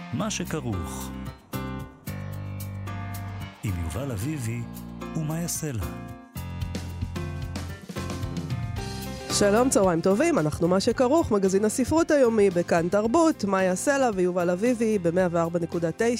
מה שכרוך. עם יובל אביבי ומה יעשה לה. שלום, צהריים טובים, אנחנו מה שכרוך, מגזין הספרות היומי בכאן תרבות, מה יעשה לה ויובל אביבי ב-104.9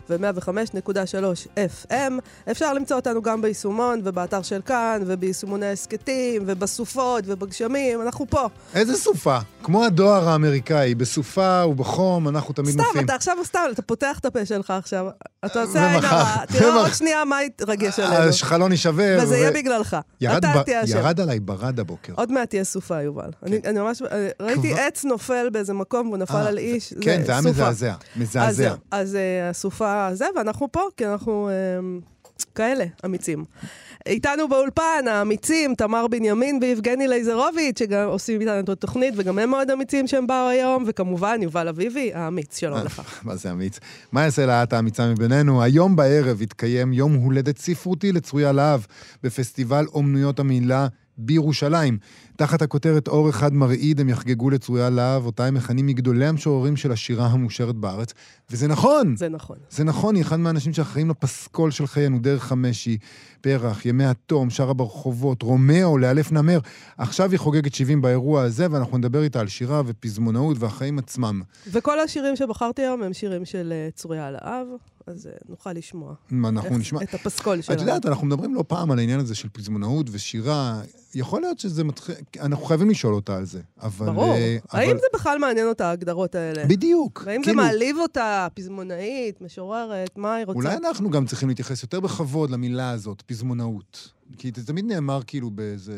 ו-105.3 FM. אפשר למצוא אותנו גם ביישומון ובאתר של כאן וביישומוני הסקטים ובסופות ובגשמים, אנחנו פה. איזה סופה? כמו הדואר האמריקאי, בסופה ובחום, אנחנו תמיד מופיעים. סתם, אתה עכשיו סתם, אתה פותח את הפה שלך עכשיו, אתה עושה עין הרע, תראה עוד שנייה מה יתרגש עלינו. השחלון יישבר. וזה יהיה בגללך. ירד עליי ברד הבוקר. עוד מעט תהיה סופה, יובל. אני ממש, ראיתי עץ נופל באיזה מקום, והוא נפל על איש. כן, זה היה מזעזע. מזעזע. אז הסופה הזה, ואנחנו פה, כי אנחנו כאלה, אמיצים. איתנו באולפן, האמיצים, תמר בנימין ויבגני לייזרוביץ', שגם עושים איתנו את התוכנית, וגם הם מאוד אמיצים שהם באו היום, וכמובן, יובל אביבי, האמיץ, שלום לך. מה זה אמיץ? מה יעשה לה את האמיצה מבינינו? היום בערב יתקיים יום הולדת ספרותי לצרויה להב, בפסטיבל אומנויות המילה בירושלים. תחת הכותרת אור אחד מרעיד הם יחגגו לצרויה להב, אותה הם מכנים מגדולי המשוררים של השירה המושרת בארץ. וזה נכון. זה נכון. זה נכון, היא אחד מהאנשים שאחראים לפסקול של חיינו, דרך חמשי, פרח, ימי התום, שרה ברחובות, רומאו, לאלף נמר. עכשיו היא חוגגת 70 באירוע הזה, ואנחנו נדבר איתה על שירה ופזמונאות והחיים עצמם. וכל השירים שבחרתי היום הם שירים של צרויה להב, אז נוכל לשמוע. אנחנו נשמע. את הפסקול שלנו. את יודעת, אנחנו מדברים לא פעם על העניין הזה של פזמונאות ושירה. יכול להיות שזה אנחנו חייבים לשאול אותה על זה. ברור. האם זה בכלל מעניין אותה, ההגדרות האלה? בדיוק. האם זה מעליב אותה, פזמונאית, משוררת, מה היא רוצה? אולי אנחנו גם צריכים להתייחס יותר בכבוד למילה הזאת, פזמונאות. כי זה תמיד נאמר כאילו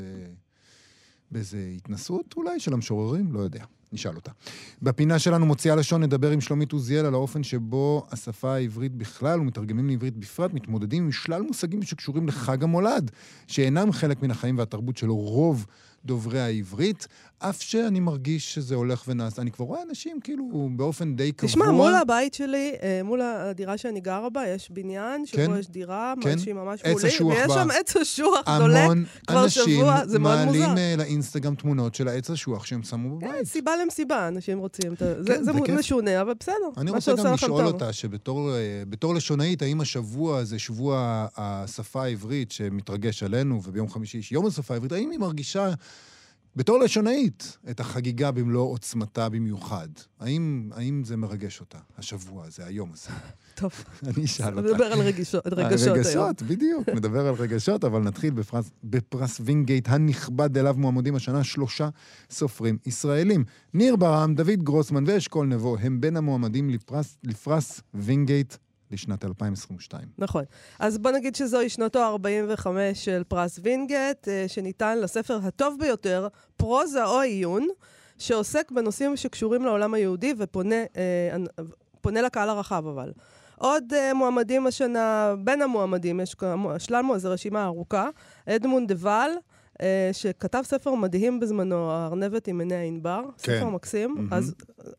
באיזה התנסות אולי של המשוררים, לא יודע. נשאל אותה. בפינה שלנו מוציאה לשון נדבר עם שלומית עוזיאל על האופן שבו השפה העברית בכלל ומתרגמים לעברית בפרט מתמודדים עם שלל מושגים שקשורים לחג המולד, שאינם חלק מן החיים והתרבות של רוב דוברי העברית, אף שאני מרגיש שזה הולך ונעשה. אני כבר רואה אנשים כאילו באופן די קבוע. תשמע, מול הבית שלי, מול הדירה שאני גרה בה, יש בניין שבו יש דירה, שהיא ממש מולי, ויש שם עץ אשוח דולק כבר שבוע, זה מאוד מוזר. אנשים מעלים לאינסטגרם תמונות של העץ אשוח שהם שמו בבית. סיבה למסיבה, אנשים רוצים. זה משונה, אבל בסדר. אני רוצה גם לשאול אותה שבתור לשונאית, האם השבוע הזה, שבוע השפה העברית שמתרגש עלינו, וביום חמישי יש יום השפה העברית, האם היא מרגישה בתור לשונאית את החגיגה במלוא עוצמתה במיוחד? האם זה מרגש אותה, השבוע הזה, היום הזה? טוב. אני אשאל אותה. מדבר על רגשות היום. רגשות, בדיוק. מדבר על רגשות, אבל נתחיל בפרס וינגייט הנכבד אליו מועמדים השנה 3 סופרים ישראלים. ניר ברעם, דוד גרוסמן ואשכול נבו הם בין המועמדים לפרס וינגייט לשנת 2022. נכון. אז בוא נגיד שזוהי שנתו 45 של פרס וינגייט, שניתן לספר הטוב ביותר, פרוזה או עיון, שעוסק בנושאים שקשורים לעולם היהודי ופונה לקהל הרחב אבל. עוד מועמדים השנה, בין המועמדים, שלנו איזו רשימה ארוכה, אדמונד דוואל, שכתב ספר מדהים בזמנו, הארנבת עם עיני הענבר, ספר מקסים, אז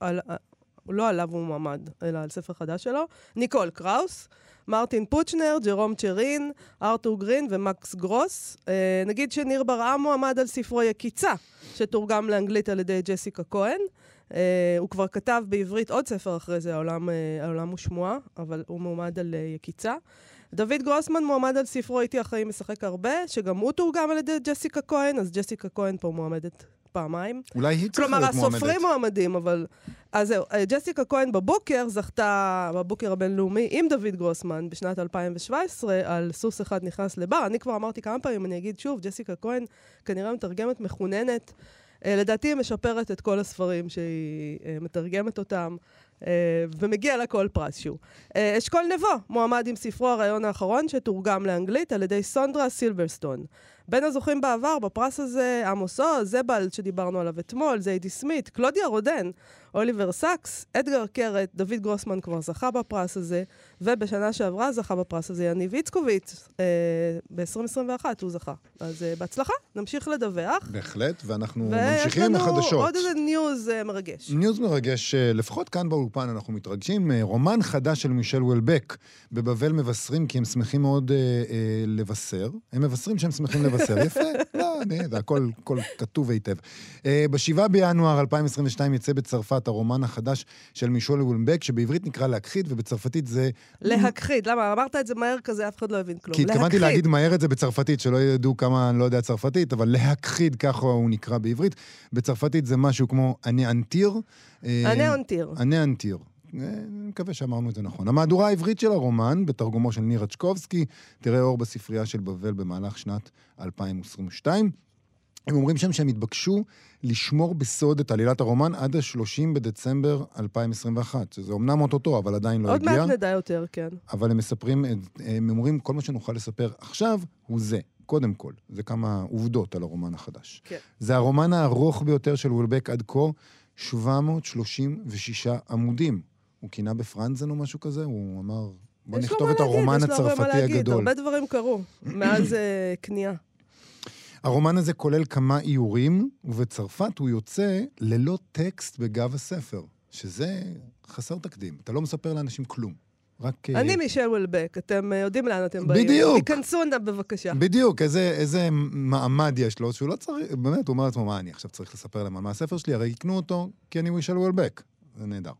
לא עליו הוא מועמד, אלא על ספר חדש שלו. ניקול קראוס, מרטין פוצ'נר, ג'רום צ'רין, ארתור גרין ומקס גרוס. נגיד שניר ברעם מועמד על ספרו יקיצה, שתורגם לאנגלית על ידי ג'סיקה כהן. הוא כבר כתב בעברית עוד ספר אחרי זה, העולם ושמועה, אבל הוא מועמד על יקיצה. דוד גרוסמן מועמד על ספרו איתי החיים משחק הרבה, שגם הוא תורגם על ידי ג'סיקה כהן, אז ג'סיקה כהן פה מועמדת פעמיים. אולי היא צריכה להיות מועמדת. כלומר, הסופרים מועמדים, אבל אז זהו, ג'סיקה כהן בבוקר זכתה, בבוקר הבינלאומי, עם דוד גרוסמן, בשנת 2017, על סוס אחד נכנס לבר. אני כבר אמרתי כמה פעמים, אני אגיד שוב, ג'סיקה כהן כנראה מתרגמת מחוננת, לדעתי היא משפרת את כל הספרים שהיא מתרגמת אותם, ומגיע לה כל פרס שהוא. אשכול נבו, מועמד עם ספרו הרעיון האחרון, שתורגם לאנגלית על ידי סונדרה סילברסטון. בין הזוכים בעבר, בפרס הזה, עמוס עוז, זבלד שדיברנו עליו אתמול, זיידי סמית, קלודיה רודן, אוליבר סאקס, אדגר קרת, דוד גרוסמן כבר זכה בפרס הזה, ובשנה שעברה זכה בפרס הזה יניב איצקוביץ, ב-2021 הוא זכה. אז בהצלחה, נמשיך לדווח. בהחלט, ואנחנו ממשיכים עם החדשות. ויש לנו עוד איזה ניוז מרגש. ניוז מרגש, לפחות כאן באולפן אנחנו מתרגשים, רומן חדש של מישל וולבק, בבבל מבשרים, כי הם שמחים מאוד לבשר. הם מבשרים שהם שמחים לבשר. יפה. לא, זה הכל כתוב היטב. ב7 בינואר 2022 יצא בצרפת הרומן החדש של מישל הולבק, שבעברית נקרא להכחיד, ובצרפתית זה... להכחיד. למה? אמרת את זה מהר כזה, אף אחד לא הבין כלום. כי התכוונתי להגיד מהר את זה בצרפתית, שלא ידעו כמה אני לא יודע צרפתית, אבל להכחיד, ככה הוא נקרא בעברית. בצרפתית זה משהו כמו אנאנטיר. אנאנטיר. אני מקווה שאמרנו את זה נכון. המהדורה העברית של הרומן, בתרגומו של ניר רצ'קובסקי, תראה אור בספרייה של בבל במהלך שנת 2022. הם אומרים שם שהם התבקשו לשמור בסוד את עלילת הרומן עד ה-30 בדצמבר 2021. שזה אומנם אותו, אבל עדיין לא הגיע. עוד מעט נדע יותר, כן. אבל הם מספרים, הם אומרים, כל מה שנוכל לספר עכשיו הוא זה. קודם כל, זה כמה עובדות על הרומן החדש. כן. זה הרומן הארוך ביותר של הולבק עד כה, 736 עמודים. הוא כינה בפרנזן או משהו כזה, הוא אמר, בוא נכתוב את הרומן הצרפתי הגדול. הרבה דברים קרו, מאז קנייה. הרומן הזה כולל כמה איורים, ובצרפת הוא יוצא ללא טקסט בגב הספר, שזה חסר תקדים. אתה לא מספר לאנשים כלום. אני מישל הולבק, אתם יודעים לאן אתם באים. בדיוק. תיכנסו בבקשה. בדיוק, איזה מעמד יש לו, שהוא לא צריך, באמת, הוא אומר לעצמו, מה, אני עכשיו צריך לספר להם על מה הספר שלי, הרי יקנו אותו, כי אני מישל הולבק. זה נהדר.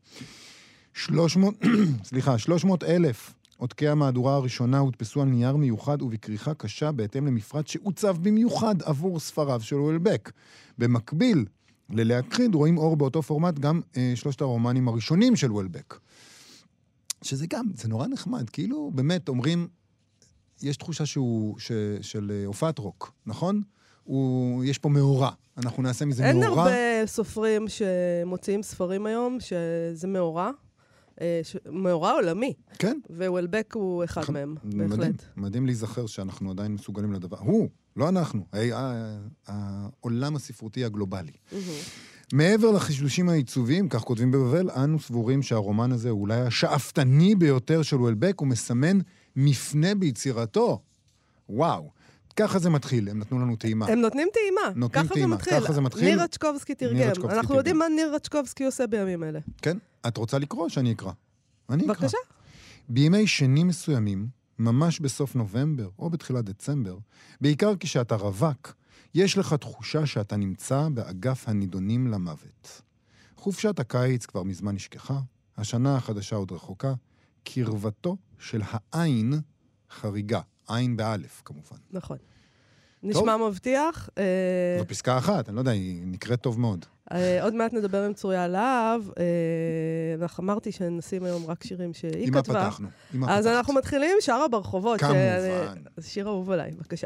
300,000 עותקי המהדורה הראשונה הודפסו על נייר מיוחד ובקריחה קשה בהתאם למפרט שעוצב במיוחד עבור ספריו של הולבק. במקביל ללהכחיד רואים אור באותו פורמט גם 3 הרומנים הראשונים של הולבק. שזה גם, זה נורא נחמד, כאילו באמת אומרים, יש תחושה של הופעת רוק, נכון? יש פה מאורה, אנחנו נעשה מזה מאורה. אין הרבה סופרים שמוציאים ספרים היום, שזה מאורה. מאורע עולמי. כן. והולבק הוא אחד מהם, בהחלט. מדהים להיזכר שאנחנו עדיין מסוגלים לדבר. לא אנחנו, העולם הספרותי הגלובלי. מעבר לחישושים העיצוביים, כך כותבים בבבל, אנו סבורים שהרומן הזה הוא אולי השאפתני ביותר של הולבק, הוא מסמן מפנה ביצירתו. וואו. ככה זה מתחיל, הם נתנו לנו טעימה. הם נותנים טעימה. ככה זה מתחיל. ניר רצ'קובסקי תרגם. אנחנו יודעים מה ניר רצ'קובסקי עושה בימים אלה. כן? את רוצה לקרוא או שאני אקרא? אני אקרא. בבקשה. בימי שני מסוימים, ממש בסוף נובמבר או בתחילת דצמבר, בעיקר כשאתה רווק, יש לך תחושה שאתה נמצא באגף הנידונים למוות. חופשת הקיץ כבר מזמן נשכחה, השנה החדשה עוד רחוקה, קרבתו של העין חריגה. עין באלף, כמובן. נכון. נשמע מבטיח. זו פסקה אחת, אני לא יודע, היא נקראת טוב מאוד. עוד מעט נדבר עם צרויה להב, אמרתי שנשים היום רק שירים שהיא כתבה. עם מה פתחנו? אז אנחנו מתחילים שרה ברחובות. כמובן. אז שיר אהוב עליי, בבקשה.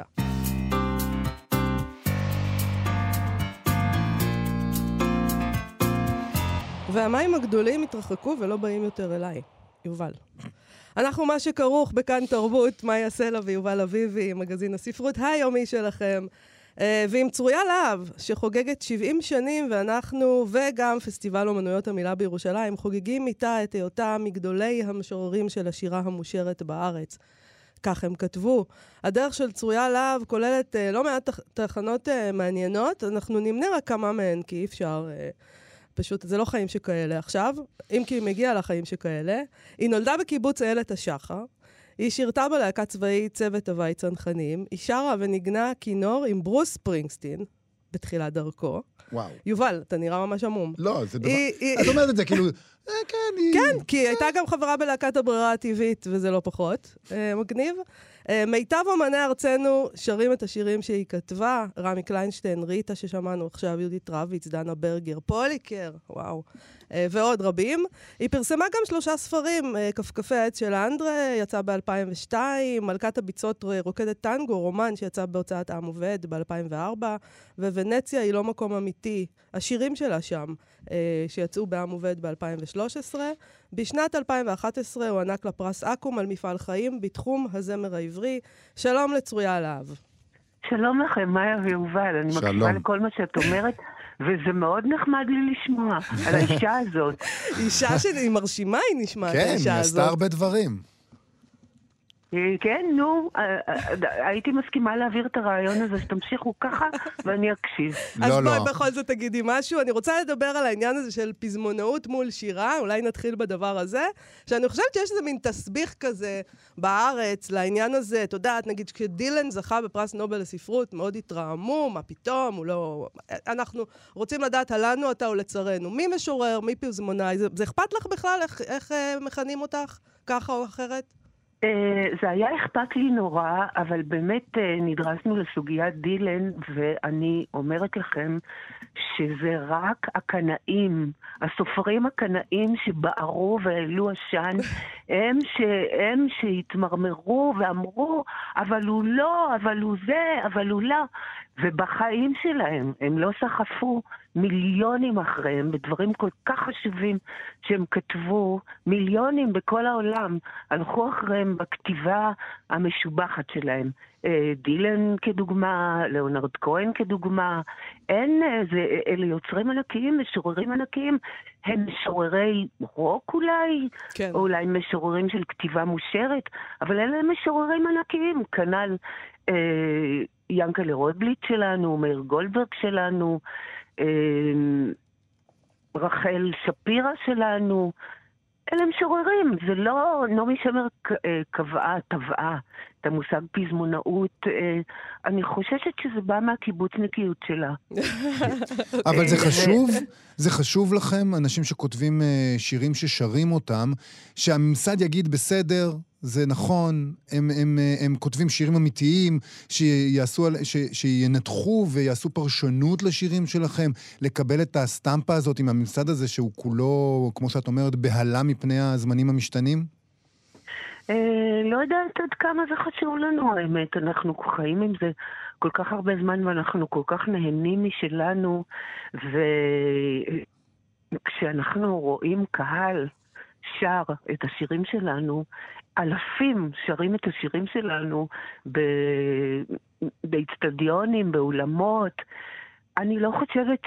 והמים הגדולים התרחקו ולא באים יותר אליי. יובל. אנחנו מה שכרוך בכאן תרבות, מאיה סלע ויובל אביבי, מגזין הספרות היומי שלכם, ועם צרויה להב, שחוגגת 70 שנים, ואנחנו וגם פסטיבל אומנויות המילה בירושלים, חוגגים איתה את היותה מגדולי המשוררים של השירה המושרת בארץ. כך הם כתבו. הדרך של צרויה להב כוללת לא מעט תחנות מעניינות, אנחנו נמנה רק כמה מהן, כי אי אפשר... פשוט, זה לא חיים שכאלה עכשיו, אם כי היא מגיעה לחיים שכאלה. היא נולדה בקיבוץ איילת השחר, היא שירתה בלהקה צבאית צוות הווי צנחנים, היא שרה ונגנה כינור עם ברוס ספרינגסטין, בתחילת דרכו. וואו. יובל, אתה נראה ממש עמום. לא, זה דבר... את אומרת את זה כאילו... כן, כי היא הייתה גם חברה בלהקת הברירה הטבעית, וזה לא פחות. מגניב. מיטב אומני ארצנו שרים את השירים שהיא כתבה, רמי קליינשטיין, ריטה ששמענו עכשיו, יהודית רביץ, דנה ברגר, פוליקר, וואו, ועוד רבים. היא פרסמה גם 3 ספרים, כפכפי העץ של אנדרה, יצא ב-2002, מלכת הביצות רוקדת טנגו, רומן שיצא בהוצאת עם עובד ב-2004, וונציה היא לא מקום אמיתי, השירים שלה שם, שיצאו בעם עובד ב-2013. בשנת 2011 הוא ענק לפרס אקום על מפעל חיים בתחום הזמר העברי. שלום לצרויה להב. שלום לכם, מאיה ויובל. אני מקשיבה לכל מה שאת אומרת, וזה מאוד נחמד לי לשמוע על האישה הזאת. אישה שהיא מרשימה, היא נשמעת, כן, האישה הזאת. כן, היא עשתה הרבה דברים. כן, נו, הייתי מסכימה להעביר את הרעיון הזה, שתמשיכו ככה, ואני אקשיב. אז בואי בכל זאת תגידי משהו. אני רוצה לדבר על העניין הזה של פזמונאות מול שירה, אולי נתחיל בדבר הזה, שאני חושבת שיש איזה מין תסביך כזה בארץ לעניין הזה. אתה יודעת, נגיד, כשדילן זכה בפרס נובל לספרות, מאוד התרעמו, מה פתאום, הוא לא... אנחנו רוצים לדעת עלינו אתה או לצרנו. מי משורר, מי פזמונאי? זה אכפת לך בכלל? איך מכנים אותך ככה או אחרת? זה היה אכפת לי נורא, אבל באמת נדרסנו לסוגיית דילן, ואני אומרת לכם שזה רק הקנאים, הסופרים הקנאים שבערו והעלו עשן, הם שהתמרמרו ואמרו, אבל הוא לא, אבל הוא זה, אבל הוא לא. ובחיים שלהם הם לא סחפו מיליונים אחריהם בדברים כל כך חשובים שהם כתבו, מיליונים בכל העולם הלכו אחריהם בכתיבה המשובחת שלהם. דילן כדוגמה, ליאונרד כהן כדוגמה, אלה יוצרים ענקיים, משוררים ענקיים, הם משוררי רוק אולי, כן. או אולי משוררים של כתיבה מושרת, אבל אלה משוררים ענקיים, כנ"ל ינקלה רוטבליט שלנו, מאיר גולדברג שלנו, רחל שפירא שלנו, אלה משוררים. זה לא, נעמי שמר טבעה את המושג פזמונאות. אני חוששת שזה בא מהקיבוצניקיות שלה. אבל זה חשוב לכם, אנשים שכותבים שירים ששרים אותם, שהממסד יגיד בסדר, זה נכון, הם כותבים שירים אמיתיים, שינתחו ויעשו פרשנות לשירים שלכם, לקבל את הסטמפה הזאת עם הממסד הזה, שהוא כולו, כמו שאת אומרת, בהלה מפני הזמנים המשתנים? לא יודעת עד כמה זה חשוב לנו, האמת. אנחנו חיים עם זה כל כך הרבה זמן, ואנחנו כל כך נהנים משלנו, וכשאנחנו רואים קהל שר את השירים שלנו, אלפים שרים את השירים שלנו באצטדיונים, באולמות. אני לא חושבת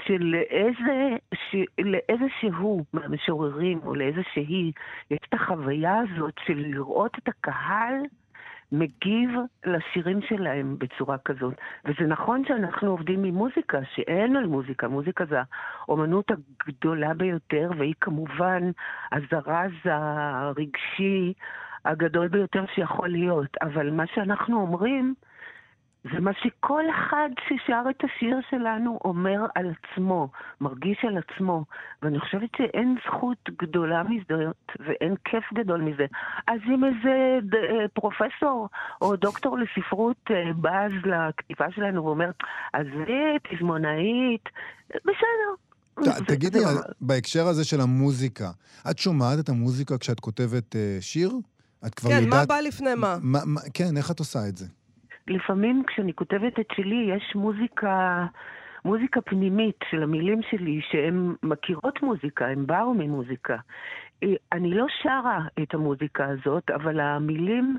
שלאיזה שהוא מהמשוררים או לאיזה שהיא יש את החוויה הזאת של לראות את הקהל מגיב לשירים שלהם בצורה כזאת. וזה נכון שאנחנו עובדים עם מוזיקה, שאין על מוזיקה. מוזיקה זה האומנות הגדולה ביותר, והיא כמובן הזרז הרגשי הגדול ביותר שיכול להיות. אבל מה שאנחנו אומרים, זה מה שכל אחד ששר את השיר שלנו אומר על עצמו, מרגיש על עצמו. ואני חושבת שאין זכות גדולה מזאת, ואין כיף גדול מזה. אז אם איזה פרופסור או דוקטור לספרות באז לכתיבה שלנו ואומר, אז זה פזמונאית, בסדר. תגידי, בהקשר הזה של המוזיקה, את שומעת את המוזיקה כשאת כותבת שיר? כן, מה בא לפני מה? כן, איך את עושה את זה? לפעמים כשאני כותבת את שלי, יש מוזיקה פנימית של המילים שלי, שהן מכירות מוזיקה, הן באו ממוזיקה. אני לא שרה את המוזיקה הזאת, אבל המילים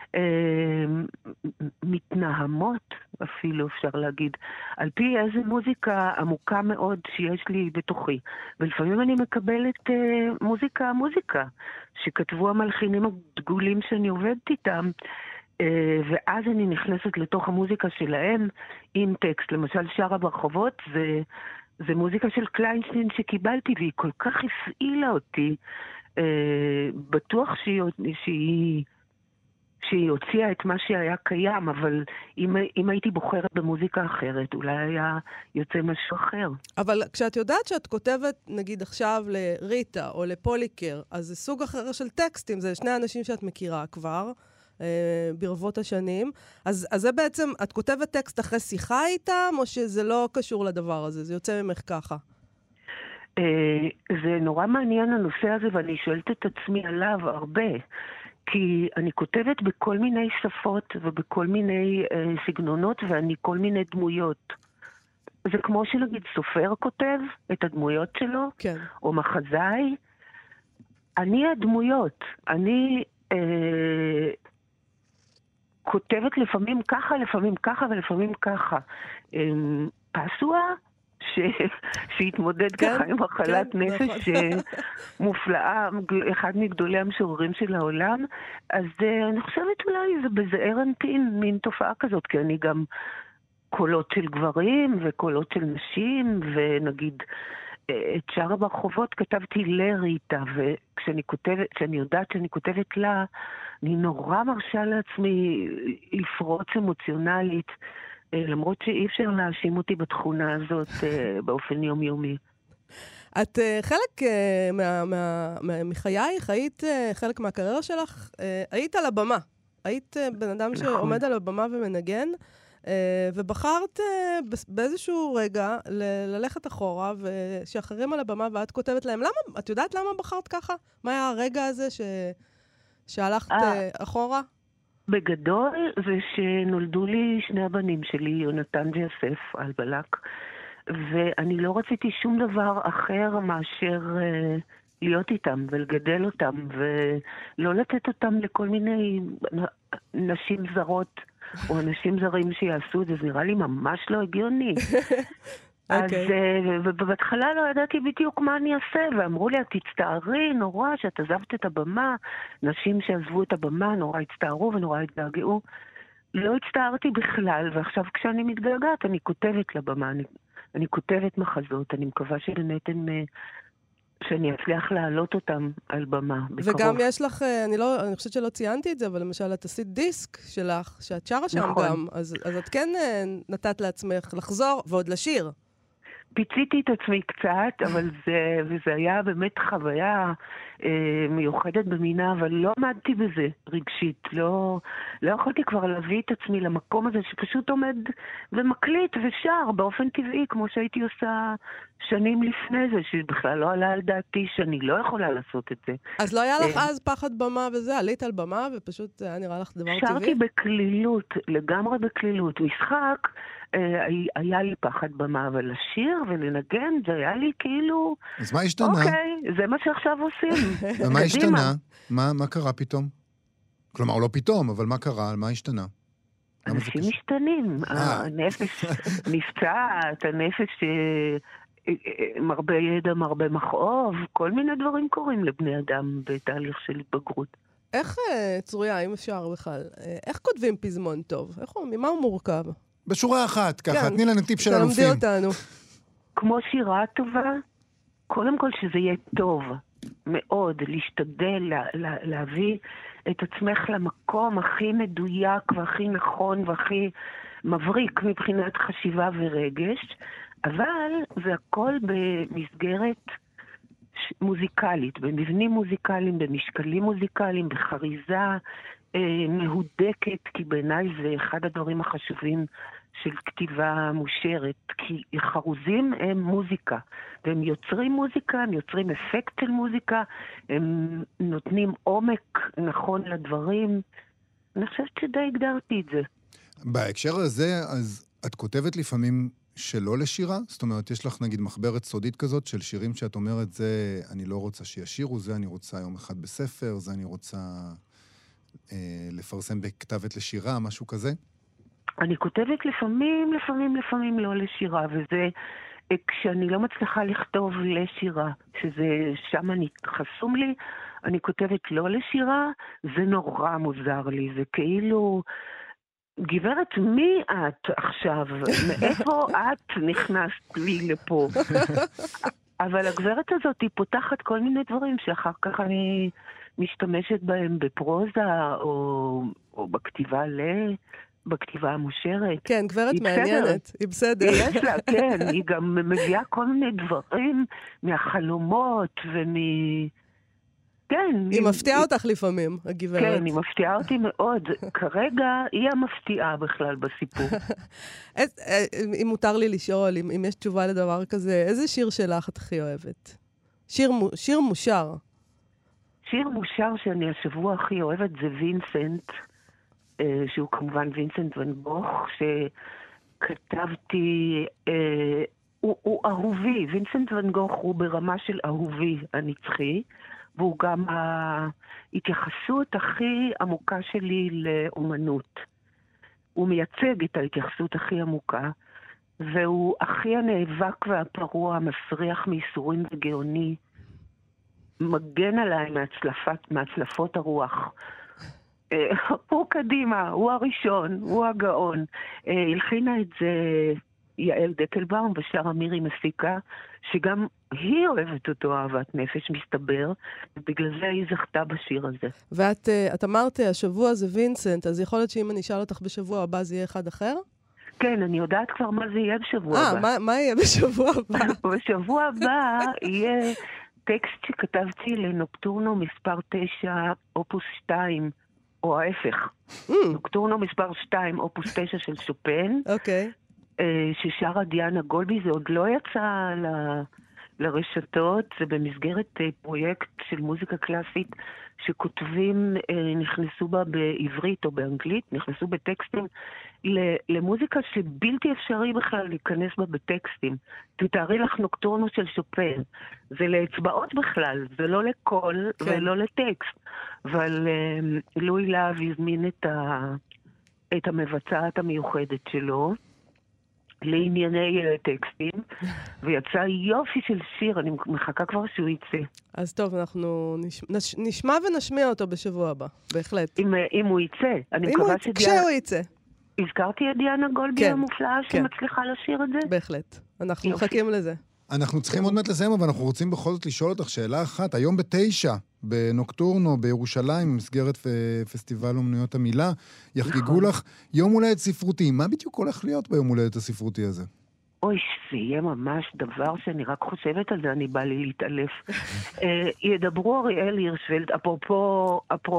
מתנהמות, אפילו אפשר להגיד, על פי איזו מוזיקה עמוקה מאוד שיש לי בתוכי. ולפעמים אני מקבלת מוזיקה שכתבו המלחינים הדגולים שאני עובדת איתם, ואז אני נכנסת לתוך המוזיקה שלהם עם טקסט. למשל שרה ברחובות זה מוזיקה של קליינשטיין שקיבלתי, והיא כל כך הפעילה אותי. בטוח שהיא הוציאה את מה שהיה קיים, אבל אם הייתי בוחרת במוזיקה אחרת, אולי היה יוצא משהו אחר. אבל כשאת יודעת שאת כותבת, נגיד עכשיו לריטה או לפוליקר, אז זה סוג אחר של טקסטים, זה שני אנשים שאת מכירה כבר, ברבות השנים. אז זה בעצם, את כותבת טקסט אחרי שיחה איתם, או שזה לא קשור לדבר הזה? זה יוצא ממך ככה? זה נורא מעניין הנושא הזה, ואני שואלת את עצמי עליו הרבה. כי אני כותבת בכל מיני שפות ובכל מיני סגנונות, ואני כל מיני דמויות. זה כמו שנגיד סופר כותב את הדמויות שלו, כן. או מחזאי. אני הדמויות. אני כותבת לפעמים ככה ולפעמים ככה. פסוע שהתמודד כן, ככה עם מחלת כן, נפש מופלאה, אחד מגדולי המשוררים של העולם. אז אני חושבת אולי זה בזעיר אנפין, מין תופעה כזאת, כי אני גם קולות של גברים וקולות של נשים, ונגיד את שרה ברחובות כתבתי לריטה, וכשאני יודעת שאני כותבת לה, אני נורא מרשה לעצמי לפרוץ אמוציונלית, למרות שאי אפשר להאשים אותי בתכונה הזאת באופן יומיומי. את חלק מחייך, היית חלק מהקריירה שלך, היית על הבמה. היית בן אדם שעומד על הבמה ומנגן, ובחרת באיזשהו רגע ללכת אחורה, ושאחרים על הבמה ואת כותבת להם. למה? את יודעת למה בחרת ככה? מה היה הרגע הזה שהלכת אחורה? בגדול זה שנולדו לי שני הבנים שלי, יונתן ויוסף, אלבלק, ואני לא רציתי שום דבר אחר מאשר להיות איתם ולגדל אותם, ולא לתת אותם לכל מיני נשים זרות או אנשים זרים שיעשו את זה. זה נראה לי ממש לא הגיוני. אז ובהתחלה לא ידעתי בדיוק מה אני אעשה, ואמרו לי, את תצטערי נורא שאת עזבת את הבמה, נשים שעזבו את הבמה נורא הצטערו ונורא התגעגעו. לא הצטערתי בכלל, ועכשיו כשאני מתגעגעת אני כותבת לבמה, אני כותבת מחזות, אני מקווה שבאמת שאני אצליח להעלות אותם על במה בקרוב. וגם יש לך, אני חושבת שלא ציינתי את זה, אבל למשל את עשית דיסק שלך, שאת שרה שם גם, אז את כן נתת לעצמך לחזור ועוד לשיר. פיציתי את עצמי קצת, אבל זה היה באמת חוויה מיוחדת במינה, אבל לא עמדתי בזה רגשית. לא יכולתי כבר להביא את עצמי למקום הזה שפשוט עומד ומקליט ושר באופן טבעי, כמו שהייתי עושה שנים לפני זה, שבכלל לא עלה על דעתי שאני לא יכולה לעשות את זה. אז לא היה לך אז פחד במה וזה? עלית על במה ופשוט היה נראה לך דבר טבעי? שרתי בכלילות, לגמרי בכלילות. משחק, היה לי פחד במה, אבל לשיר ולנגן, זה היה לי כאילו... אז מה השתנה? אוקיי, זה מה שעכשיו עושים. ומה השתנה? מה קרה פתאום? כלומר, לא פתאום, אבל מה קרה? מה השתנה? אנשים משתנים. הנפש נפצעת, הנפש מרבה ידע, מרבה מכאוב, כל מיני דברים קורים לבני אדם בתהליך של התבגרות. איך, צוריה, אם אפשר בכלל, איך כותבים פזמון טוב? ממה הוא מורכב? בשורה אחת, ככה, תני לנו טיפ של אלופים. תלמדי אותנו. כמו שירה טובה, קודם כל שזה יהיה טוב, מאוד, להשתדל, להביא את עצמך למקום הכי מדויק והכי נכון והכי מבריק מבחינת חשיבה ורגש, אבל זה הכל במסגרת מוזיקלית, במבנים מוזיקליים, במשקלים מוזיקליים, בחריזה מהודקת, כי בעיניי זה אחד הדברים החשובים של כתיבה מושרת, כי חרוזים הם מוזיקה, והם יוצרים מוזיקה, הם יוצרים אפקט של מוזיקה, הם נותנים עומק נכון לדברים. אני חושבת שדי הגדרתי את זה. בהקשר הזה, אז את כותבת לפעמים שלא לשירה? זאת אומרת, יש לך נגיד מחברת סודית כזאת של שירים שאת אומרת, זה אני לא רוצה שישירו, זה אני רוצה יום אחד בספר, זה אני רוצה לפרסם בכתבת לשירה, משהו כזה? אני כותבת לפעמים לא לשירה, וזה כשאני לא מצליחה לכתוב לשירה, שזה שם חסום לי, אני כותבת לא לשירה, זה נורא מוזר לי, זה כאילו, גברת, מי את עכשיו? מאיפה את נכנסת לי לפה? אבל הגברת הזאת היא פותחת כל מיני דברים שאחר כך אני משתמשת בהם בפרוזה או בכתיבה המושרת. כן, גברת מעניינת, היא בסדר. יש לה, כן, היא גם מביאה כל מיני דברים מהחלומות כן. היא מפתיעה אותך לפעמים, הגברת. כן, היא מפתיעה אותי מאוד. כרגע היא המפתיעה בכלל בסיפור. אם מותר לי לשאול, אם יש תשובה לדבר כזה, איזה שיר שלך את הכי אוהבת? שיר מושר. שיר מושר שאני השבוע הכי אוהבת זה וינסנט, שהוא כמובן וינסנט ון גוך, שכתבתי, הוא אהובי, וינסנט ון גוך הוא ברמה של אהובי הנצחי, והוא גם ההתייחסות הכי עמוקה שלי לאומנות. הוא מייצג את ההתייחסות הכי עמוקה, והוא אחי הנאבק והפרוע, מסריח מייסורים וגאוני, מגן עליי מהצלפות הרוח. הוא קדימה, הוא הראשון, הוא הגאון. הלחינה את זה יעל דקלבאום ושרה מירי מסיקה, שגם היא אוהבת אותו אהבת נפש, מסתבר, ובגלל זה היא זכתה בשיר הזה. ואת אמרת, השבוע זה וינסנט, אז יכול להיות שאם אני אשאל אותך בשבוע הבא זה יהיה אחד אחר? כן, אני יודעת כבר מה זה יהיה בשבוע הבא. מה יהיה בשבוע הבא? בשבוע הבא יהיה טקסט שכתבתי לנוקטורנו מספר 9, אופוס 2, או ההפך. נוקטורנו מספר 2, אופוס 9 של שופן. אוקיי. ששרה דיאנה גולבי, זה עוד לא יצא לרשתות, זה במסגרת פרויקט של מוזיקה קלאסית שכותבים, נכנסו בה בעברית או באנגלית, נכנסו בטקסטים למוזיקה שבלתי אפשרי בכלל להיכנס בה בטקסטים. תתארי לך נוקטורנו של שופן, זה לאצבעות בכלל, זה לא לקול ולא לטקסט, אבל לואי להב הזמין את המבצעת המיוחדת שלו, לענייני טקסטים, ויצא יופי של שיר, אני מחכה כבר שהוא יצא. אז טוב, אנחנו נשמע ונשמיע אותו בשבוע הבא, בהחלט. אם הוא יצא, אני מקווה כשהוא יצא. הזכרתי את דיאנה גולבי המופלאה שמצליחה לשיר את זה? בהחלט, אנחנו מחכים לזה. אנחנו צריכים עוד מעט לסיים, אבל אנחנו רוצים בכל זאת לשאול אותך שאלה אחת. היום 9, בנוקטורנו, בירושלים, במסגרת פסטיבל אומנויות המילה, יחגגו לך יום הולדת ספרותי. מה בדיוק הולך להיות ביום הולדת הספרותי הזה? אוי, זה יהיה ממש דבר שאני רק חושבת על זה, אני בא לי להתעלף. ידברו אריאל הירשפלד, אפרופו...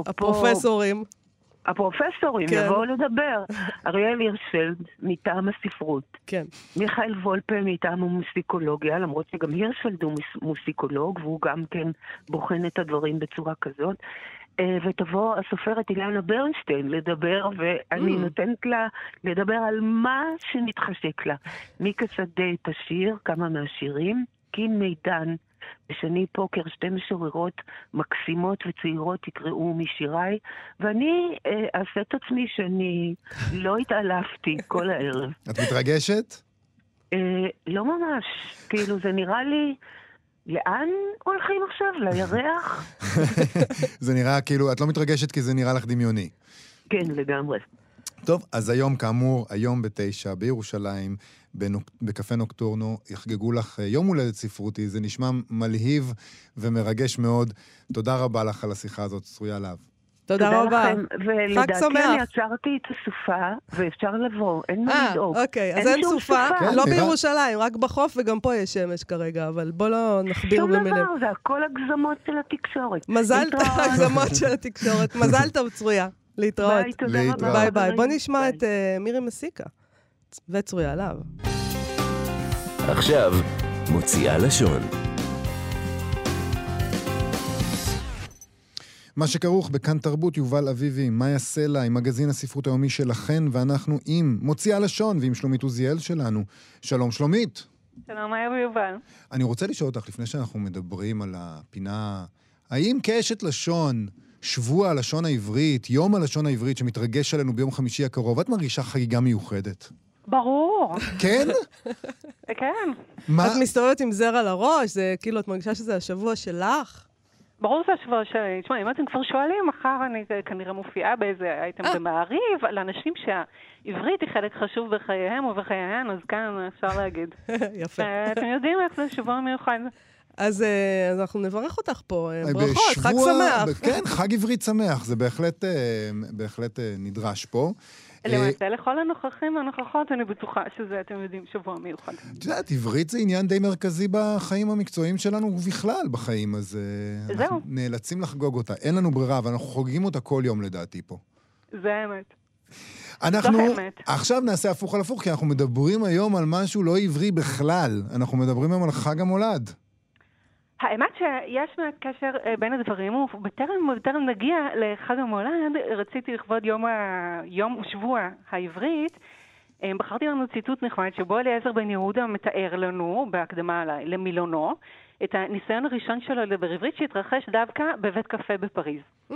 הפרופסורים יבואו לדבר. אריאל הירשפלד מטעם הספרות. כן. מיכאל וולפה מטעם המוסיקולוגיה, למרות שגם הירשפלד הוא מוסיקולוג, והוא גם כן בוחן את הדברים בצורה כזאת. ותבוא הסופרת אילנה ברנשטיין לדבר, ואני נותנת לה לדבר על מה שנתחשק לה. מיקה שדה את השיר, כמה מהשירים, קין מידן, בשני פוקר, 2 משוררות מקסימות וצעירות יקראו משיריי, ואני אעשה את עצמי שאני לא התעלפתי כל הערב. את מתרגשת? לא ממש. כאילו, זה נראה לי... לאן הולכים עכשיו? לירח? זה נראה כאילו, את לא מתרגשת כי זה נראה לך דמיוני. כן, לגמרי. טוב, אז היום, כאמור, היום 9, בירושלים, בקפה נוקטורנו, יחגגו לך יום הולדת ספרותי. זה נשמע מלהיב ומרגש מאוד. תודה רבה לך על השיחה הזאת, צרויה להב. תודה רבה. ולדעתי אני עצרתי את הסופה, ואפשר לבוא, אין מה לדאוג. אוקיי, אז אין סופה, לא בירושלים, רק בחוף, וגם פה יש שמש כרגע, אבל בוא לא נכביר במילים. שום דבר, זה הכל הגזמות של התקשורת. מזל טוב, הגזמות של התקשורת. מזל טוב, צרויה. להתראות. ביי, תודה רבה. ביי ביי. בוא נשמע את מירי מסיקה וצרויה להב. עכשיו, מוציאה לשון. מה שכרוך בכאן תרבות, יובל אביבי, מאיה סלע, עם מגזין הספרות היומי שלכן, ואנחנו עם מוציאה לשון ועם שלומית עוזיאל שלנו. שלום שלומית. שלום, מאיה ויובל. אני רוצה לשאול אותך, לפני שאנחנו מדברים על הפינה, האם כאשת לשון, שבוע הלשון העברית, יום הלשון העברית שמתרגש עלינו ביום חמישי הקרוב, את מרגישה חגיגה מיוחדת? ברור. כן? כן. את מסתובבת עם זר על הראש, זה כאילו, את מרגישה שזה השבוע שלך? ברור זה השבוע שלי. תשמע, אם אתם כבר שואלים, מחר אני כנראה מופיעה באיזה אייטם במעריב, על אנשים שהעברית היא חלק חשוב בחייהם ובחייהן, אז כאן אפשר להגיד. יפה. אתם יודעים איך זה שבוע מיוחד. אז אנחנו נברך אותך פה. ברכות, חג שמח. כן, חג עברית שמח, זה בהחלט נדרש פה. למעשה, לכל הנוכחים והנוכחות, אני בטוחה שזה, אתם יודעים, שבוע מיוחד. את יודעת, עברית זה עניין די מרכזי בחיים המקצועיים שלנו, ובכלל בחיים, אז אנחנו נאלצים לחגוג אותה. אין לנו ברירה, אבל אנחנו חוגגים אותה כל יום לדעתי פה. זה האמת. אנחנו עכשיו נעשה הפוך על הפוך, כי אנחנו מדברים היום על משהו לא עברי בכלל. אנחנו מדברים היום על חג המולד. האמת שיש קשר בין הדברים, ובטרם נגיע לחג המולד, רציתי לכבוד יום ושבוע העברית, בחרתי לנו ציטוט נחמד שבו אליעזר בן יהודה מתאר לנו, בהקדמה למילונו, את הניסיון הראשון שלו לדבר עברית שהתרחש דווקא בבית קפה בפריז.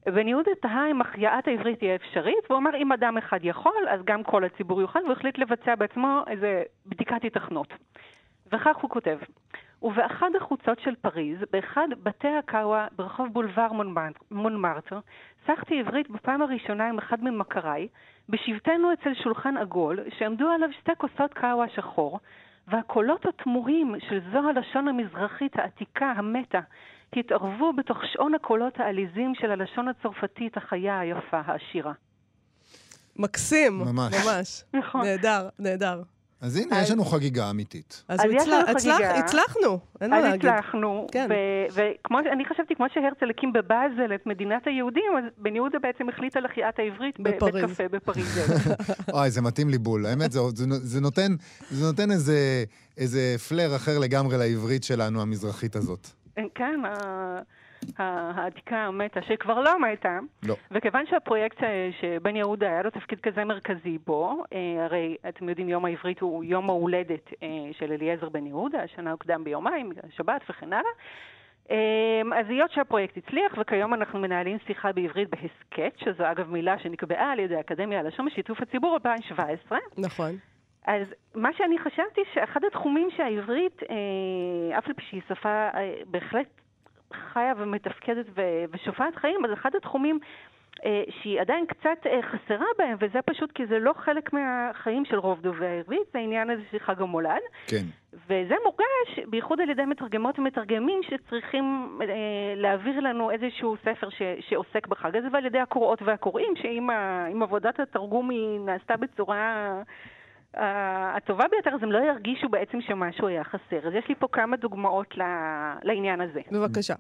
בן יהודה תהה אם החייאת העברית תהיה אפשרית, והוא אמר, אם אדם אחד יכול, אז גם כל הציבור יוכל, והוא החליט לבצע בעצמו איזה בדיקת התכנות. וכך הוא כותב, ובאחד החוצות של פריז, באחד בתי הקאווה ברחוב בולבר מונמרטר, שחתי עברית בפעם הראשונה עם אחד ממכריי, בשבטנו אצל שולחן עגול, שעמדו עליו 2 כוסות קאווה שחור, והקולות התמוהים של זו הלשון המזרחית העתיקה המתה, התערבו בתוך שעון הקולות העליזים של הלשון הצרפתית החיה היפה, העשירה. מקסים, ממש. ממש. נהדר, נהדר. אז הנה, יש לנו חגיגה אמיתית. אז הצלחנו, אין מה להגיד. אז הצלחנו, ואני חשבתי, כמו שהרצל הקים בבאזל את מדינת היהודים, אז בן יהודה בעצם החליט על החייאת העברית בבית קפה בפריז. אוי, זה מתאים לי בול. האמת, זה נותן איזה פלר אחר לגמרי לעברית שלנו, המזרחית הזאת. כן, העתיקה המתה, שכבר לא מתה. לא. וכיוון שהפרויקט שבן יהודה היה לו תפקיד כזה מרכזי בו, הרי אתם יודעים, יום העברית הוא יום ההולדת של אליעזר בן יהודה, השנה הוקדם ביומיים, שבת וכן הלאה. אז היות שהפרויקט הצליח, וכיום אנחנו מנהלים שיחה בעברית בהסקט, שזו אגב מילה שנקבעה על ידי האקדמיה הלשון ושיתוף הציבור 2017. נכון. אז מה שאני חשבתי שאחד התחומים שהעברית, אף על פי שהיא שפה בהחלט חיה ומתפקדת ושופעת חיים, אז אחד התחומים שהיא עדיין קצת חסרה בהם, וזה פשוט כי זה לא חלק מהחיים של רוב דוברי העברית, זה העניין הזה של חג המולד. כן. וזה מורגש, בייחוד על ידי מתרגמות ומתרגמים שצריכים להעביר לנו איזשהו ספר שעוסק בחג הזה, ועל ידי הקוראות והקוראים, שאם עבודת התרגום היא נעשתה בצורה הטובה ביותר, אז הם לא ירגישו בעצם שמשהו היה חסר. אז יש לי פה כמה דוגמאות לעניין הזה. בבקשה.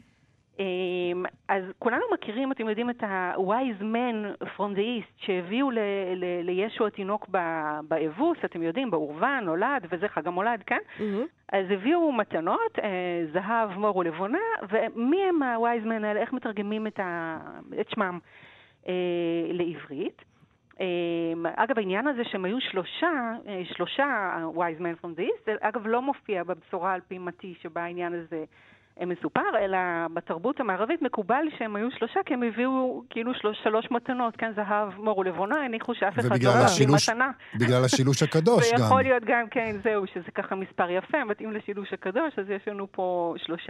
אז כולנו מכירים, אתם יודעים, את ה-wise men from the east, שהביאו לישו התינוק באבוס, אתם יודעים, בעורבן, נולד, וזה חג המולד, כן? אז הביאו מתנות, זהב, מור ולבונה, ומי הם ה-wise men האלה? איך מתרגמים את שמם לעברית? אגב, העניין הזה שהם היו שלושה wise men from the east, אגב, לא מופיע בבשורה על פי מתי שבה העניין הזה מסופר, אלא בתרבות המערבית מקובל שהם היו 3, כי הם הביאו כאילו 3 מתנות, כן, זהב, מור ולבונה, הניחו שאף אחד לא מביא מתנה. בגלל השילוש הקדוש גם. ויכול להיות גם, כן, זהו, שזה ככה מספר יפה, מתאים לשילוש הקדוש, אז יש לנו פה 3.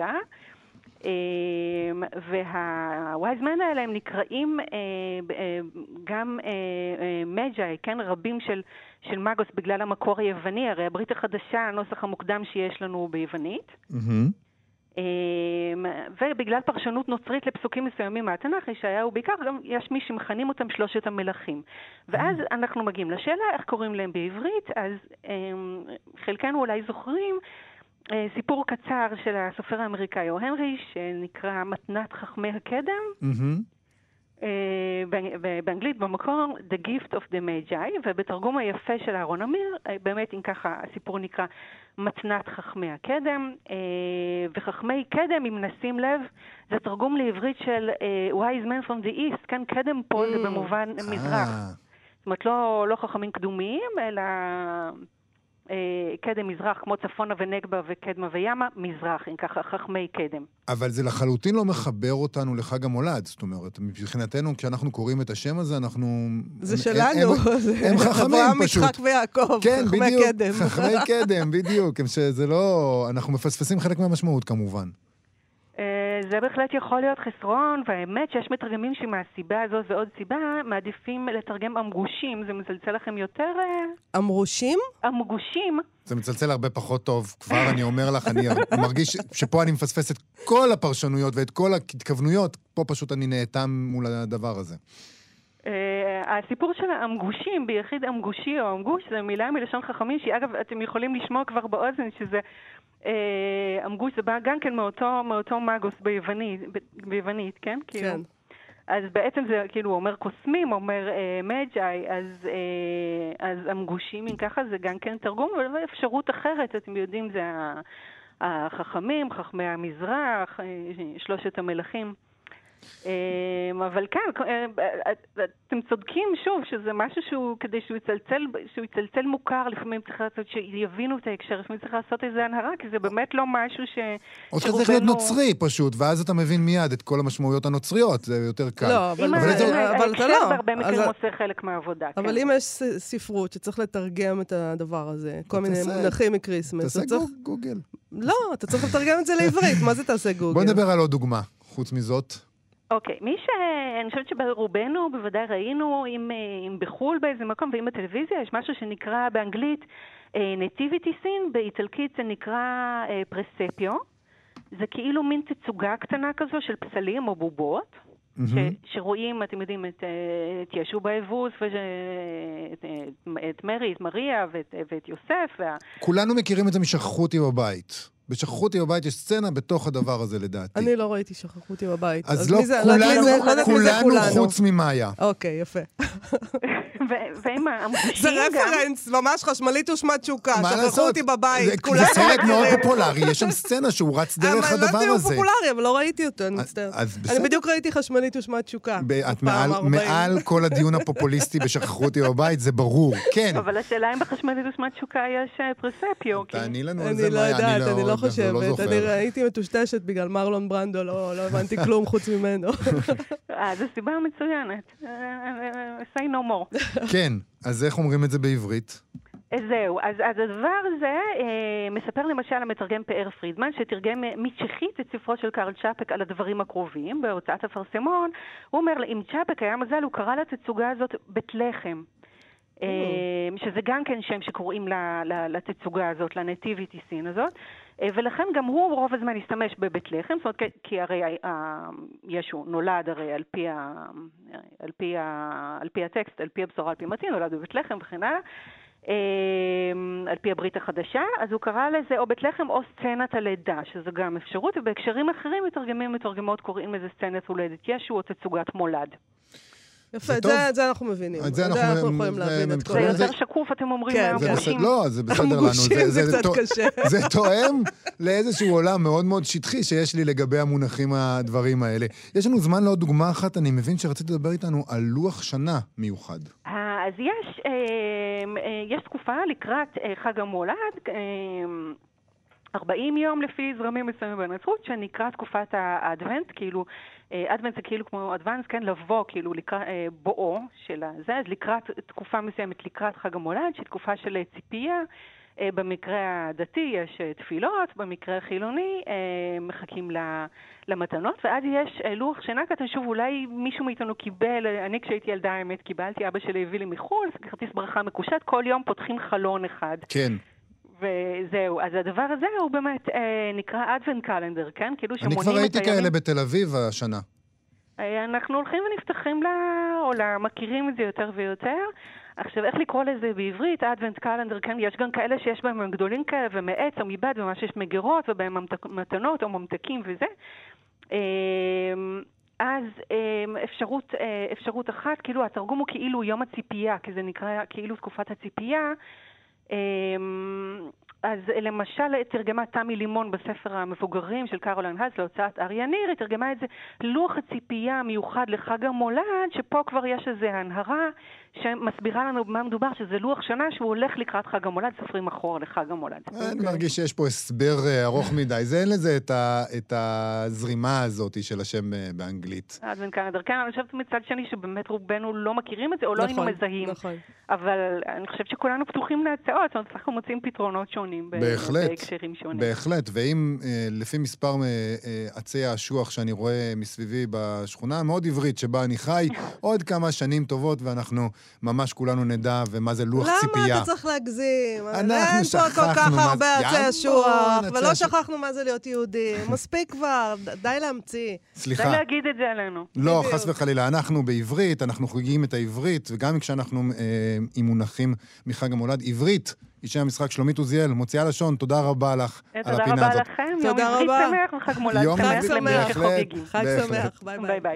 והווייז מן האלה הם נקראים גם מג'אי, כן, רבים של מגוס בגלל המקור היווני, הרי הברית החדשה, הנוסח המוקדם שיש לנו ביוונית. ובגלל פרשנות נוצרית לפסוקים מסוימים מהתנ"ך, ישעיהו בעיקר, גם יש מי שמכנים אותם 3 המלכים. ואז אנחנו מגיעים לשאלה איך קוראים להם בעברית, אז חלקנו אולי זוכרים סיפור קצר של הסופר האמריקאי או הנרי, שנקרא מתנת חכמי הקדם, באנגלית במקור The Gift of the Magi, ובתרגום היפה של אהרון אמיר, באמת אם ככה הסיפור נקרא מתנת חכמי הקדם, וחכמי קדם, אם נשים לב, זה תרגום לעברית של Wise Men from the East, כאן קדם פה זה במובן מזרח. זאת אומרת לא חכמים קדומיים, אלא קדם מזרח, כמו צפונה ונגבה וקדמה וימה, מזרח, אם ככה, חכמי קדם. אבל זה לחלוטין לא מחבר אותנו לחג המולד, זאת אומרת, מבחינתנו, כשאנחנו קוראים את השם הזה, אנחנו... זה שלנו. הם חכמים פשוט. יצחק ויעקב, כן, חכמי קדם. חכמי קדם, בדיוק. שזה לא... אנחנו מפספסים חלק מהמשמעות, כמובן. זה בהחלט יכול להיות חסרון, והאמת שיש מתרגמים שמהסיבה הזו ועוד סיבה, מעדיפים לתרגם אמגושים. זה מצלצל לכם יותר? אמרושים? אמגושים. זה מצלצל הרבה פחות טוב. כבר אני אומר לך, אני מרגיש שפה אני מפספס את כל הפרשנויות ואת כל ההתכוונויות. פה פשוט אני נאטם מול הדבר הזה. הסיפור של האמגושים, ביחיד אמגושי או אמגוש, זה מילה מלשון חכמים, שאגב אתם יכולים לשמוע כבר באוזן שזה אמגוש, זה בא גם כן מאותו מגוס ביוונית, כן? כן. אז בעצם זה כאילו אומר קוסמים, אומר מג'אי, אז אמגושים, אם ככה זה גם כן תרגום, אבל אפשרות אחרת, אתם יודעים, זה החכמים, חכמי המזרח, 3 המלכים. אבל כן, אתם צודקים שוב, שזה משהו שהוא, כדי שהוא יצלצל מוכר, לפעמים צריך לעשות שיבינו את ההקשר, לפעמים צריך לעשות איזה הנהרה, כי זה באמת לא משהו או שאתה צריך להיות נוצרי פשוט, ואז אתה מבין מיד את כל המשמעויות הנוצריות, זה יותר קל. לא, אבל ההקשר בהרבה מקרים עושה חלק מהעבודה. אבל אם יש ספרות שצריך לתרגם את הדבר הזה, כל מיני מונחים מקריסמס. תעשה גוגל. לא, אתה צריך לתרגם את זה לעברית, מה זה תעשה גוגל? בוא נדבר על עוד דוגמה, חוץ מזאת. אוקיי, אני חושבת שברובנו בוודאי ראינו, אם בחול באיזה מקום ואם בטלוויזיה, יש משהו שנקרא באנגלית nativity scene, באיטלקית זה נקרא פרספיו. זה כאילו מין תצוגה קטנה כזו של פסלים או בובות, שרואים, אתם יודעים, את ישו באבוס, את מרי, את מריה ואת יוסף. כולנו מכירים את זה משכחו אותי בבית. בשכחו אותי בבית יש סצנה בתוך הדבר הזה לדעתי. אני לא ראיתי שכחו אותי בבית. אז לא כולנו חוץ ממאיה. אוקיי, יפה. ועם המחישים זה רפרנס, ממש חשמלית ושמת שוקה, שכחו אותי בבית. זה סרט מאוד פופולרי, יש שם סצנה שהוא רץ דרך הדבר הזה. אבל לא שהוא פופולרי, אבל לא ראיתי אותו, אני מצטער. אני בדיוק ראיתי חשמלית ושמת שוקה. את מעל כל הדיון הפופוליסטי בשכחו אותי בבית, זה ברור, כן. אבל השאלה אם בחשמלית ושמת שוקה יש פרספיו. תעני לנו על זה, אני לא יודעת, אני לא חושבת. אני ראיתי מטושטשת בגלל מרלון ברנדו, לא הבנתי כלום חוץ ממנו. זו סיבה מצוינת. say no more. כן, אז איך אומרים את זה בעברית? זהו, אז הדבר הזה מספר למשל המתרגם פאר פרידמן, שתרגם מצ'כית את ספרו של קרל צ'אפק על הדברים הקרובים, בהוצאת אפרסמון. הוא אומר, אם צ'אפק היה מזל, הוא קרא לתצוגה הזאת בית לחם. שזה גם כן שם שקוראים לתצוגה הזאת, לנטיביטי סין הזאת, ולכן גם הוא רוב הזמן ישתמש בבית לחם, זאת אומרת, כי הרי ישו נולד הרי על פי הטקסט, על פי הבשורה, על פי מתין, נולד בבית לחם וכן הלאה, על פי הברית החדשה, אז הוא קרא לזה או בית לחם או סצנת הלידה, שזה גם אפשרות, ובהקשרים אחרים מתרגמות קוראים לזה סצנת הולדת ישו או תצוגת מולד. יפה, את זה אנחנו מבינים. את זה אנחנו יכולים להבין את כל זה. זה יותר שקוף, אתם אומרים, מהמגושים. לא, זה בסדר לנו. המגושים זה קצת קשה. זה תואם לאיזשהו עולם מאוד מאוד שטחי שיש לי לגבי המונחים הדברים האלה. יש לנו זמן לעוד דוגמה אחת, אני מבין שרצית לדבר איתנו על לוח שנה מיוחד. אז יש תקופה לקראת חג המולד, 40 יום לפי זרמים מסוימים בנצרות, שנקרא תקופת האדוונט, כאילו, אדוונט זה כאילו כמו אדוונס, כן, לבוא, כאילו, לקראת בואו של זה, אז לקראת תקופה מסוימת, לקראת חג המולד, שהיא תקופה של ציפייה, במקרה הדתי יש תפילות, במקרה החילוני מחכים למתנות, ואז יש לוח שנה קטן, שוב, אולי מישהו מאיתנו קיבל, אני כשהייתי ילדה האמת קיבלתי, אבא שלי הביא לי מחול, זה כרטיס ברכה מקושט, כל יום פותחים חלון אחד. כן. וזהו, אז הדבר הזה הוא באמת נקרא אדוונט קלנדר, כן? כאילו שמונים את הימים. אני כבר ראיתי כאלה בתל אביב השנה. אנחנו הולכים ונפתחים לעולם, מכירים את זה יותר ויותר. עכשיו, איך לקרוא לזה בעברית? אדוונט קלנדר, כן? יש גם כאלה שיש בהם גדולים כאלה, ומעץ או מבד, ומה שיש מגירות, ובהם מתנות או ממתקים וזה. אז אפשרות אחת, כאילו התרגום הוא כאילו יום הציפייה, כי זה נקרא כאילו תקופת הציפייה. אז למשל תרגמה תמי לימון בספר המבוגרים של קרולין האס להוצאת אריה ניר, היא תרגמה את זה לוח הציפייה המיוחד לחג המולד, שפה כבר יש איזו הנהרה שמסבירה לנו במה מדובר, שזה לוח שנה שהוא הולך לקראת חג המולד, סופרים אחורה לחג המולד. אני מרגיש שיש פה הסבר ארוך מדי, זה אין לזה את הזרימה הזאת של השם באנגלית. אדוונט קלנדר, כן, אני חושבת מצד שני שבאמת רובנו לא מכירים את זה, או לא היינו מזהים. אבל אני חושבת שכולנו פתוחים להצעות, זאת אומרת, אנחנו מוצאים פתרונות שונים בהקשרים שונים. בהחלט, ואם לפי מספר עצי האשוח שאני רואה מסביבי בשכונה, מאוד עברית שבה אני חי, עוד כמה שנים טובות ואנחנו ממש כולנו נדע ומה זה לוח ציפייה. למה אתה צריך להגזים? אין פה כל כך הרבה עצי אשוח, ולא שכחנו מה זה להיות יהודי. מספיק כבר, די להמציא. סליחה. די להגיד את זה עלינו. לא, חס וחלילה, אנחנו בעברית, אנחנו חוגגים את העברית, וגם כשאנחנו עם מונחים מחג המולד, עברית, אישי המשחק שלומית עוזיאל, מוציאה לשון, תודה רבה לך על הפינה הזאת. תודה רבה לכם, יום עברית שמח וחג מולד שמח. חג שמח, ביי ביי.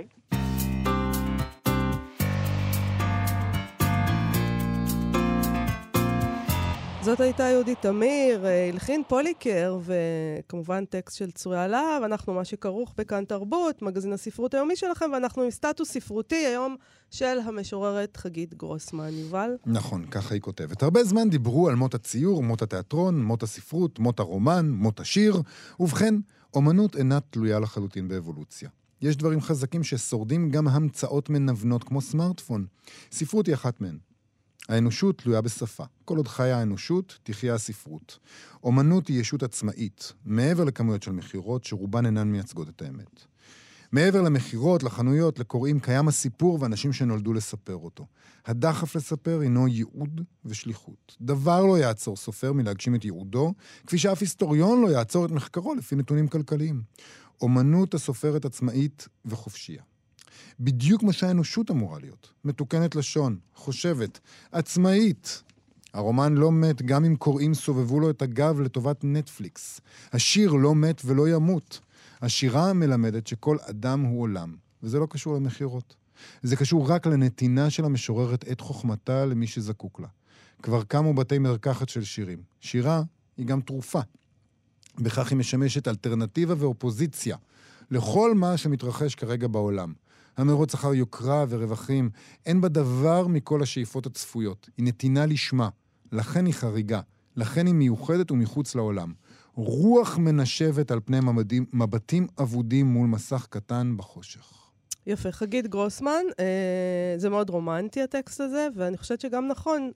זאת הייתה יהודית תמיר, הלחין פוליקר, וכמובן טקסט של צרויה להב. אנחנו מה שכרוך בכאן תרבות, מגזין הספרות היומי שלכם, ואנחנו עם סטטוס ספרותי היום של המשוררת חגית גרוסמן. יובל? נכון, ככה היא כותבת. הרבה זמן דיברו על מות הציור, מות התיאטרון, מות הספרות, מות הרומן, מות השיר, ובכן, אומנות אינה תלויה לחלוטין באבולוציה. יש דברים חזקים ששורדים גם המצאות מנוונות כמו סמארטפון. ספרות היא אחת מהן. האנושות תלויה בשפה. כל עוד חיה האנושות, תחיה הספרות. אומנות היא ישות עצמאית, מעבר לכמויות של מחירות שרובן אינן מייצגות את האמת. מעבר למחירות, לחנויות, לקוראים, קיים הסיפור ואנשים שנולדו לספר אותו. הדחף לספר הינו ייעוד ושליחות. דבר לא יעצור סופר מלהגשים את ייעודו, כפי שאף היסטוריון לא יעצור את מחקרו לפי נתונים כלכליים. אומנות הסופרת עצמאית וחופשייה. בדיוק מה שהאנושות אמורה להיות. מתוקנת לשון, חושבת, עצמאית. הרומן לא מת גם אם קוראים סובבו לו את הגב לטובת נטפליקס. השיר לא מת ולא ימות. השירה מלמדת שכל אדם הוא עולם, וזה לא קשור למחירות. זה קשור רק לנתינה של המשוררת את חוכמתה למי שזקוק לה. כבר קמו בתי מרקחת של שירים. שירה היא גם תרופה. בכך היא משמשת אלטרנטיבה ואופוזיציה לכל מה שמתרחש כרגע בעולם. המרוץ אחר יוקרה ורווחים, אין בה דבר מכל השאיפות הצפויות. היא נתינה לשמה, לכן היא חריגה, לכן היא מיוחדת ומחוץ לעולם. רוח מנשבת על פני מבטים אבודים מול מסך קטן בחושך. יפה, חגית גרוסמן, זה מאוד רומנטי הטקסט הזה, ואני חושבת שגם נכון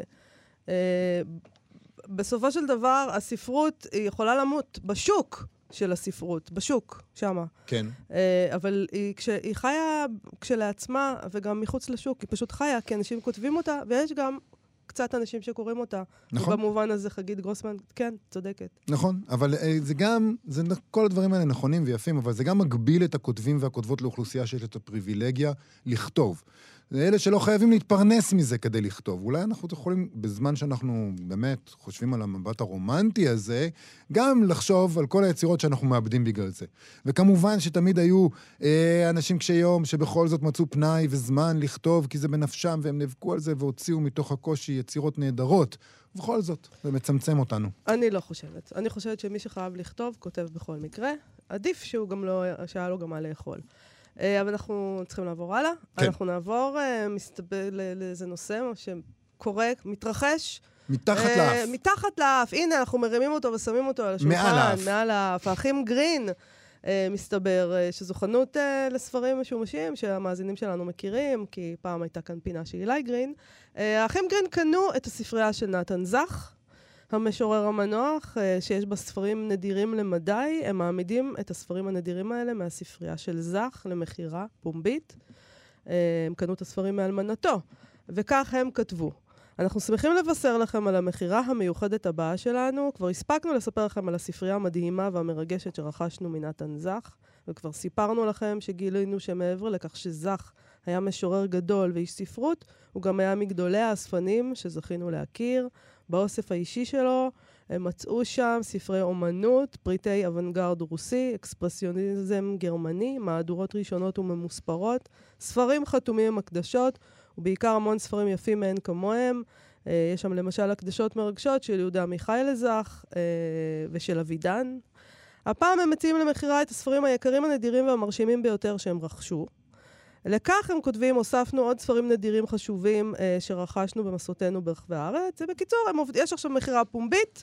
שבסופו של דבר הספרות היא יכולה למות בשוק של הספרות, בשוק, שמה. כן. אבל היא חיה כשלעצמה וגם מחוץ לשוק, היא פשוט חיה, כי אנשים כותבים אותה, ויש גם קצת אנשים שקוראים אותה. נכון. ובמובן הזה חגית גרוסמן, כן, צודקת. נכון, אבל זה גם, כל הדברים האלה נכונים ויפים, אבל זה גם מגביל את הכותבים והכותבות לאוכלוסייה שיש את הפריבילגיה לכתוב. זה אלה שלא חייבים להתפרנס מזה כדי לכתוב. אולי אנחנו יכולים, בזמן שאנחנו באמת חושבים על המבט הרומנטי הזה, גם לחשוב על כל היצירות שאנחנו מאבדים בגלל זה. וכמובן שתמיד היו אנשים קשי יום שבכל זאת מצאו פנאי וזמן לכתוב, כי זה בנפשם, והם נאבקו על זה והוציאו מתוך הקושי יצירות נהדרות. ובכל זאת, זה מצמצם אותנו. אני לא חושבת. אני חושבת שמי שחייב לכתוב, כותב בכל מקרה. עדיף שהוא גם לא, שהיה לו גם מה לאכול. אבל אנחנו צריכים לעבור הלאה. כן. אנחנו נעבור, מסתבר לאיזה נושא שקורה, מתרחש. מתחת לאף. מתחת לאף. הנה, אנחנו מרימים אותו ושמים אותו על השולחן. מעל האף. מעל האף. האחים גרין, מסתבר, שזו חנות לספרים משומשים, שהמאזינים שלנו מכירים, כי פעם הייתה כאן פינה של אילי גרין. האחים גרין קנו את הספרייה של נתן זך, המשורר המנוח, שיש בה ספרים נדירים למדי. הם מעמידים את הספרים הנדירים האלה מהספרייה של זך למחירה פומבית. הם קנו את הספרים מאלמנתו, וכך הם כתבו. אנחנו שמחים לבשר לכם על המחירה המיוחדת הבאה שלנו. כבר הספקנו לספר לכם על הספרייה המדהימה והמרגשת שרכשנו מנתן זך, וכבר סיפרנו לכם שגילינו שמעבר לכך שזך היה משורר גדול ואיש ספרות, הוא גם היה מגדולי האספנים שזכינו להכיר. באוסף האישי שלו הם מצאו שם ספרי אומנות, פריטי אוונגרד רוסי, אקספרסיוניזם גרמני, מהדורות ראשונות וממוספרות, ספרים חתומים עם הקדשות, ובעיקר המון ספרים יפים מהן כמוהם. יש שם למשל הקדשות מרגשות של יהודה עמיחי לזך ושל אבידן. הפעם הם מציעים למחירה את הספרים היקרים הנדירים והמרשימים ביותר שהם רכשו. לכך הם כותבים, הוספנו עוד ספרים נדירים חשובים שרכשנו במסעותינו ברחבי הארץ. בקיצור, יש עכשיו מחירה פומבית.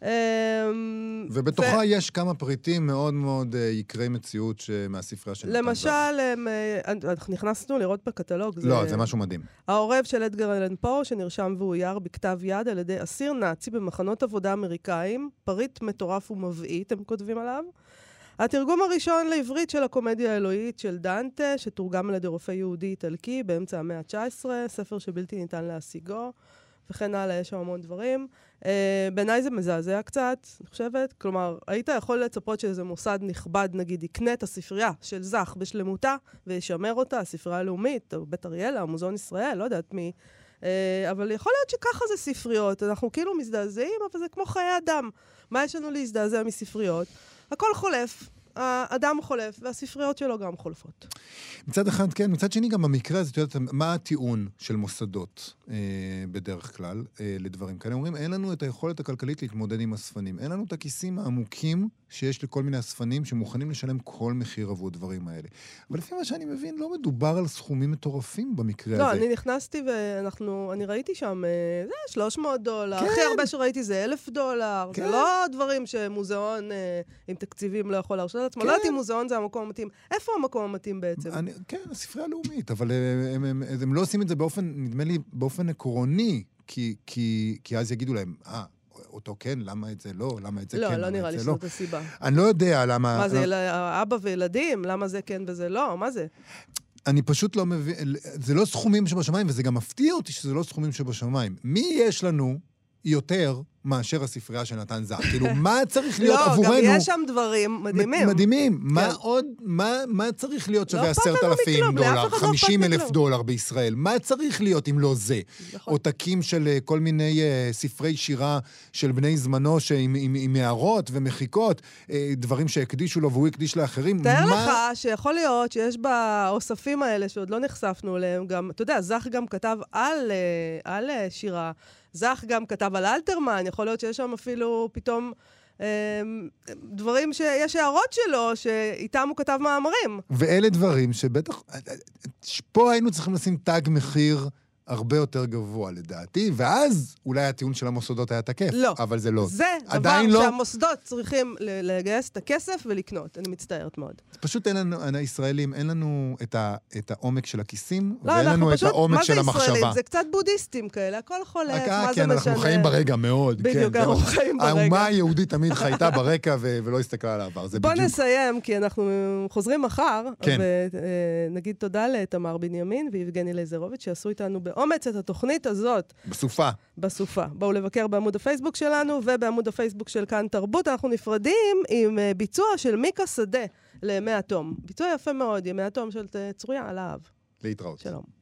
ובתוכה יש כמה פריטים מאוד מאוד יקרי מציאות מהספרייה של נתן זך. למשל, אנחנו נכנסנו לראות בקטלוג. לא, זה משהו מדהים. העורב של אדגר אלן פו, שנרשם ואויר בכתב יד על ידי אסיר נאצי במחנות עבודה אמריקאים, פריט מטורף ומבעית, הם כותבים עליו. התרגום הראשון לעברית של הקומדיה האלוהית של דנטה, שתורגם על ידי רופא יהודי איטלקי באמצע המאה ה-19, ספר שבלתי ניתן להשיגו, וכן הלאה, יש שם המון דברים. בעיניי זה מזעזע קצת, אני חושבת. כלומר, היית יכול לצפות שאיזה מוסד נכבד, נגיד, יקנה את הספרייה של זך בשלמותה, וישמר אותה, הספרייה הלאומית, או בית אריאלה, או מוזיאון ישראל, לא יודעת מי. אבל יכול להיות שככה זה ספריות. אנחנו כאילו מזדעזעים, אבל זה כמו חיי אדם. מה יש לנו להזדעזע מספריות? הכל חולף. האדם חולף, והספריות שלו גם חולפות. מצד אחד, כן, מצד שני גם במקרה הזה, אתה יודעת, מה הטיעון של מוסדות בדרך כלל לדברים כאלה? אומרים, אין לנו את היכולת הכלכלית להתמודד עם הספנים, אין לנו את הכיסים העמוקים שיש לכל מיני הספנים שמוכנים לשלם כל מחיר עבור דברים האלה. אבל לפי מה שאני מבין, לא מדובר על סכומים מטורפים במקרה הזה. לא, אני נכנסתי אני ראיתי שם, זה $300, הכי הרבה שראיתי זה $1,000, זה לא דברים שמוזיאון עם תקציבים לא יכול להרשות לעצמו, לא יודעת אם מוזיאון זה המקום המתאים. איפה המקום המתאים בעצם? כן, הספרייה הלאומית, אבל הם לא עושים את זה באופן, נדמה לי, באופן עקרוני, כי אז יגידו להם, אותו כן, למה את זה לא, למה את זה כן, לא נראה לי שזאת הסיבה. אני לא יודע למה... מה זה, אבא וילדים? למה זה כן וזה לא? מה זה? אני פשוט לא מבין, זה לא סכומים שבשמיים, וזה גם מפתיע אותי שזה לא סכומים שבשמיים. מי יש לנו יותר מאשר הספרייה של נתן זך? כאילו, מה צריך להיות עבורנו? לא, גם יש שם דברים מדהימים. מדהימים. מה עוד, מה צריך להיות שווה $10,000, $50,000 בישראל? מה צריך להיות אם לא זה? עותקים של כל מיני ספרי שירה של בני זמנו, עם הערות ומחיקות, דברים שהקדישו לו והוא הקדיש לאחרים. תאר לך שיכול להיות שיש באוספים האלה שעוד לא נחשפנו אליהם, גם, אתה יודע, זך גם כתב על שירה, זך גם כתב על אלתרמן, יכול להיות שיש שם אפילו פתאום דברים שיש הערות שלו, שאיתם הוא כתב מאמרים. ואלה דברים שבטח, פה היינו צריכים לשים תג מחיר הרבה יותר גבוה לדעתי, ואז אולי הטיעון של המוסדות היה תקף. לא. אבל זה לא. זה דבר לא. שהמוסדות צריכים לגייס את הכסף ולקנות. אני מצטערת מאוד. פשוט אין לנו, הישראלים, אין לנו את העומק של הכיסים, ואין לנו את העומק של המחשבה. מה זה ישראלים? זה קצת בודהיסטים כאלה, הכל חולף, מה זה משנה? כן, אנחנו חיים ברגע מאוד. בדיוק, אנחנו חיים ברגע. האומה היהודית תמיד חייתה ברקע ולא הסתכלה על העבר. בוא נסיים, כי אנחנו חוזרים מחר, ונגיד תודה לתמר בנימין ויבגני לייזרוביץ' שעשו איתנו באומץ את התוכנית הזאת. בסופה. בואו לבקר בעמוד הפייסבוק שלנו, ובעמוד הפייסבוק של כאן תרבות. אנחנו נפרדים עם ביצוע של מיקה שדה לימי התום. ביצוע יפה מאוד, ימי התום של צרויה על האב. להתראות. שלום.